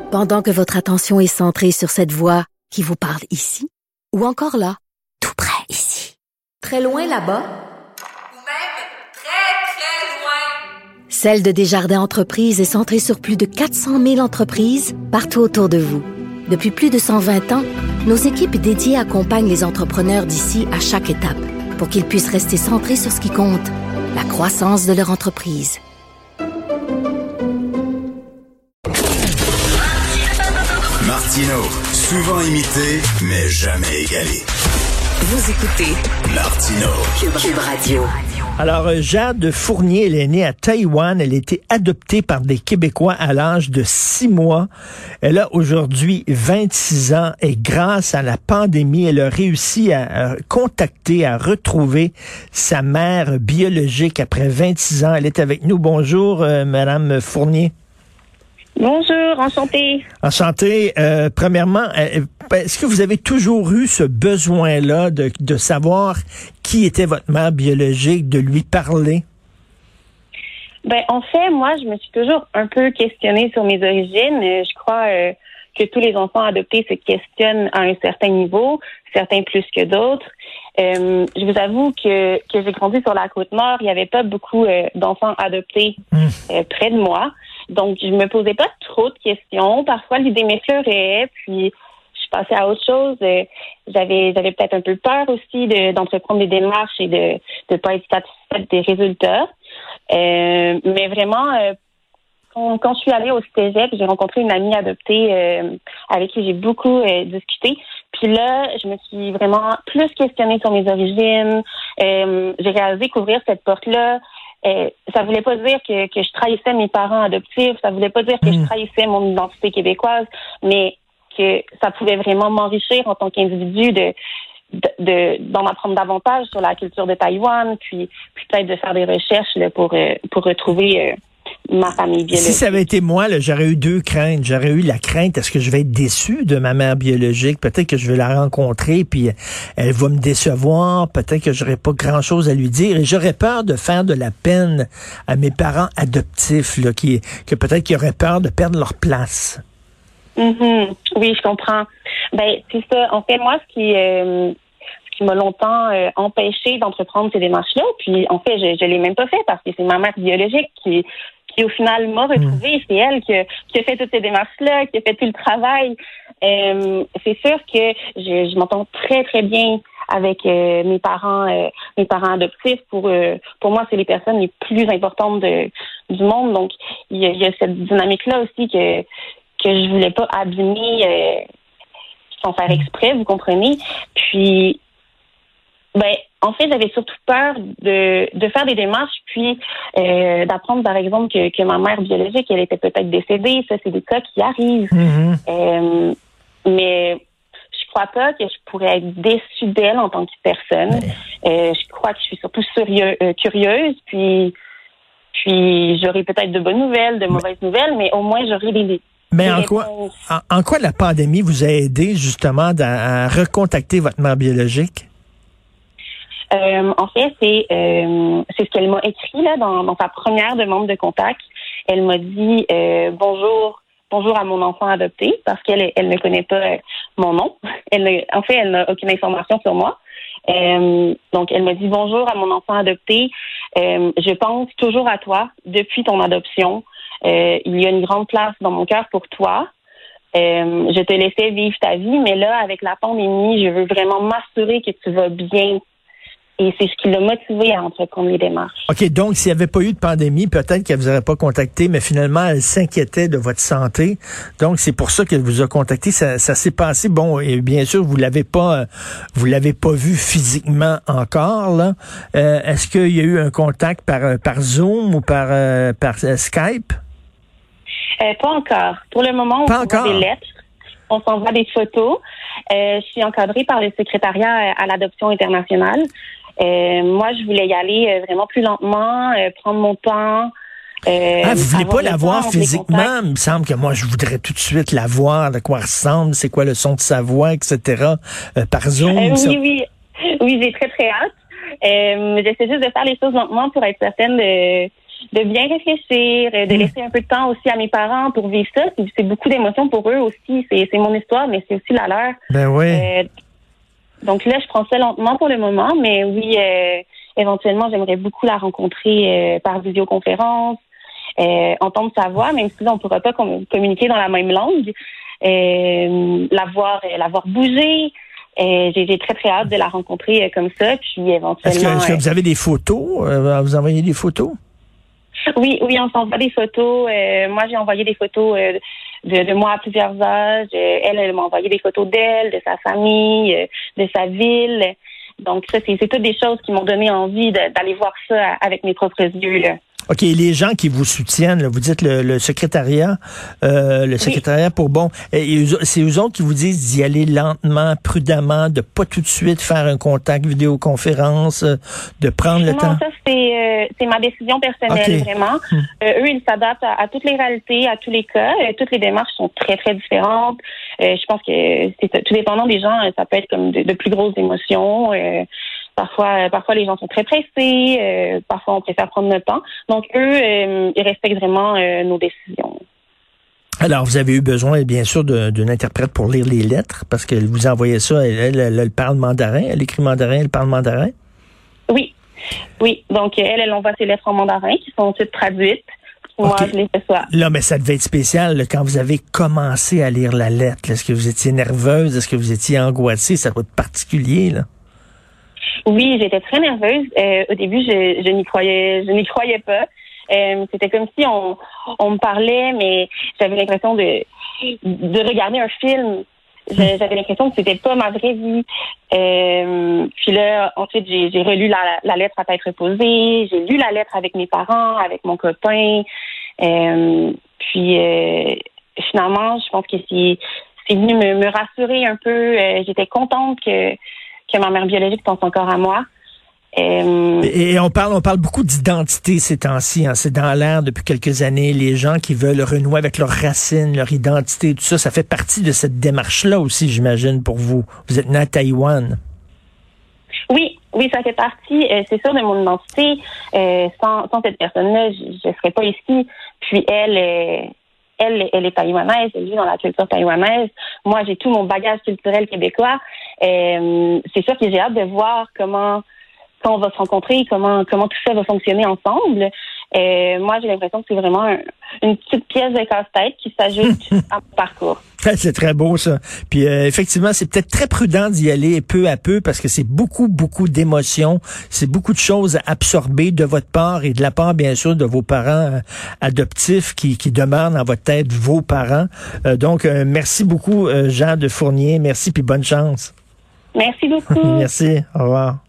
Pendant que votre attention est centrée sur cette voix qui vous parle ici, ou encore là, tout près ici, très loin là-bas, ou même très, très loin. Celle de Desjardins Entreprises est centrée sur plus de 400 000 entreprises partout autour de vous. Depuis plus de 120 ans, nos équipes dédiées accompagnent les entrepreneurs d'ici à chaque étape pour qu'ils puissent rester centrés sur ce qui compte, la croissance de leur entreprise. Martino, souvent imité, mais jamais égalé. Vous écoutez Martino, Cube Radio. Alors, Jade Fournier, elle est née à Taïwan. Elle a été adoptée par des Québécois à l'âge de 6 mois. Elle a aujourd'hui 26 ans et grâce à la pandémie, elle a réussi à contacter, à retrouver sa mère biologique après 26 ans. Elle est avec nous. Bonjour, Madame Fournier. Bonjour, enchantée. Enchantée. Premièrement, est-ce que vous avez toujours eu ce besoin-là de savoir qui était votre mère biologique, de lui parler? Ben, en fait, moi, je me suis toujours un peu questionnée sur mes origines. Je crois que tous les enfants adoptés se questionnent à un certain niveau, certains plus que d'autres. Je vous avoue que j'ai grandi sur la Côte-Nord. Il n'y avait pas beaucoup d'enfants adoptés près de moi. Donc, je me posais pas trop de questions. Parfois, l'idée m'effleurait, puis je passais à autre chose. J'avais peut-être un peu peur aussi d'entreprendre des démarches et de pas être satisfaite des résultats. Mais vraiment, quand je suis allée au cégep, j'ai rencontré une amie adoptée avec qui j'ai beaucoup discuté. Puis là, je me suis vraiment plus questionnée sur mes origines. J'ai réalisé qu'ouvrir cette porte-là, ça voulait pas dire que je trahissais mes parents adoptifs, ça voulait pas dire que je trahissais mon identité québécoise, mais que ça pouvait vraiment m'enrichir en tant qu'individu d'en apprendre davantage sur la culture de Taïwan, puis peut-être de faire des recherches là, pour retrouver ma famille biologique. Si ça avait été moi, là, j'aurais eu deux craintes. J'aurais eu la crainte, est-ce que je vais être déçu de ma mère biologique? Peut-être que je vais la rencontrer, puis elle va me décevoir. Peut-être que j'aurais pas grand-chose à lui dire. Et j'aurais peur de faire de la peine à mes parents adoptifs, là, que peut-être qu'ils auraient peur de perdre leur place. Mm-hmm. Oui, je comprends. Ben, c'est ça. En fait, moi, ce qui m'a longtemps empêché d'entreprendre ces démarches-là, puis en fait, je l'ai même pas fait parce que c'est ma mère biologique qui au final m'a retrouvée. C'est elle qui a fait toutes ces démarches-là, qui a fait tout le travail. C'est sûr que je m'entends très, très bien avec mes parents adoptifs. Pour moi, c'est les personnes les plus importantes du monde. Donc, il y a cette dynamique-là aussi que je voulais pas abîmer sans faire exprès, vous comprenez. Puis, ben, en fait, j'avais surtout peur de faire des démarches, puis d'apprendre, par exemple, que ma mère biologique, elle était peut-être décédée. Ça, c'est des cas qui arrivent. Mm-hmm. Mais je crois pas que je pourrais être déçue d'elle en tant que personne. Je crois que je suis surtout curieuse, puis j'aurai peut-être de bonnes nouvelles, de mauvaises nouvelles, mais au moins, j'aurai des mais en quoi la pandémie vous a aidé, justement, à recontacter votre mère biologique? En fait, c'est ce qu'elle m'a écrit là dans sa première demande de contact. Elle m'a dit bonjour à mon enfant adopté parce qu'elle ne connaît pas mon nom. Elle n'a aucune information sur moi. Donc elle m'a dit bonjour à mon enfant adopté. Je pense toujours à toi depuis ton adoption. Il y a une grande place dans mon cœur pour toi. Je te laissais vivre ta vie, mais là avec la pandémie, je veux vraiment m'assurer que tu vas bien. Et c'est ce qui l'a motivé à entreprendre les démarches. OK, donc s'il n'y avait pas eu de pandémie, peut-être qu'elle vous aurait pas contacté, mais finalement, elle s'inquiétait de votre santé. Donc, c'est pour ça qu'elle vous a contacté. Ça s'est passé, bon, et bien sûr, vous l'avez pas vu physiquement encore, là. Est-ce qu'il y a eu un contact par Zoom ou par Skype? Pas encore. Pour le moment, on s'envoie des lettres. On s'envoie des photos. Je suis encadrée par le secrétariat à l'adoption internationale. Moi, je voulais y aller vraiment plus lentement, prendre mon temps. Vous voulez pas la voir physiquement? Il me semble que moi, je voudrais tout de suite la voir, de quoi elle ressemble, c'est quoi le son de sa voix, etc. Par Zoom. Oui, j'ai très, très hâte. J'essaie juste de faire les choses lentement pour être certaine bien réfléchir, de laisser un peu de temps aussi à mes parents pour vivre ça. C'est beaucoup d'émotions pour eux aussi. C'est mon histoire, mais c'est aussi la leur. Ben oui. Donc là, je prends ça lentement pour le moment, mais oui, éventuellement, j'aimerais beaucoup la rencontrer par visioconférence, entendre sa voix, même si on ne pourra pas communiquer dans la même langue, la voir bouger. J'ai très, très hâte de la rencontrer comme ça, puis éventuellement... Est-ce que vous avez des photos? Vous envoyez des photos? Oui, on s'envoie des photos. Moi, j'ai envoyé des photos de moi à plusieurs âges. Elle m'a envoyé des photos d'elle, de sa famille, de sa ville. Donc, ça, c'est toutes des choses qui m'ont donné envie d'aller voir ça avec mes propres yeux, là. OK, les gens qui vous soutiennent, là, vous dites le secrétariat, secrétariat pour c'est eux autres qui vous disent d'y aller lentement, prudemment, de pas tout de suite faire un contact vidéoconférence, de prendre le temps. Ça, c'est ma décision personnelle, vraiment. Eux, ils s'adaptent à toutes les réalités, à tous les cas. Toutes les démarches sont très, très différentes. Je pense que c'est tout dépendant des gens. Ça peut être comme de plus grosses émotions. Parfois, les gens sont très pressés. Parfois, on préfère prendre notre temps. Donc, eux, ils respectent vraiment nos décisions. Alors, vous avez eu besoin, bien sûr, d'une interprète pour lire les lettres, parce qu'elle vous envoyait ça. Elle parle mandarin. Elle écrit mandarin, elle parle mandarin? Oui. Donc, elle envoie ses lettres en mandarin qui sont ensuite traduites. Moi, je les reçois. Là, mais ça devait être spécial là, quand vous avez commencé à lire la lettre. Est-ce que vous étiez nerveuse? Est-ce que vous étiez angoissée? Ça doit être particulier, là. Oui, j'étais très nerveuse. Au début, je n'y croyais pas. C'était comme si on me parlait, mais j'avais l'impression de regarder un film. J'avais l'impression que c'était pas ma vraie vie. Puis là, ensuite, j'ai relu la lettre à tête reposée. J'ai lu la lettre avec mes parents, avec mon copain. Puis finalement, je pense que c'est venu me rassurer un peu. J'étais contente que ma mère biologique pense encore à moi. Et on parle beaucoup d'identité ces temps-ci. Hein. C'est dans l'air depuis quelques années. Les gens qui veulent renouer avec leurs racines, leur identité, tout ça, ça fait partie de cette démarche-là aussi, j'imagine, pour vous. Vous êtes né à Taïwan. Oui, ça fait partie, c'est sûr, de mon identité. Sans cette personne-là, je ne serais pas ici. Puis elle est taïwanaise, elle vit dans la culture taïwanaise. Moi, j'ai tout mon bagage culturel québécois. C'est sûr que j'ai hâte de voir quand on va se rencontrer, comment tout ça va fonctionner ensemble. Moi, j'ai l'impression que c'est vraiment une petite pièce de casse-tête qui s'ajoute à mon parcours. C'est très beau, ça. Puis effectivement, c'est peut-être très prudent d'y aller peu à peu parce que c'est beaucoup, beaucoup d'émotions. C'est beaucoup de choses à absorber de votre part et de la part, bien sûr, de vos parents adoptifs qui demeurent dans votre tête, vos parents. Donc, merci beaucoup, Jean de Fournier. Merci, puis bonne chance. Merci beaucoup. Merci. Au revoir.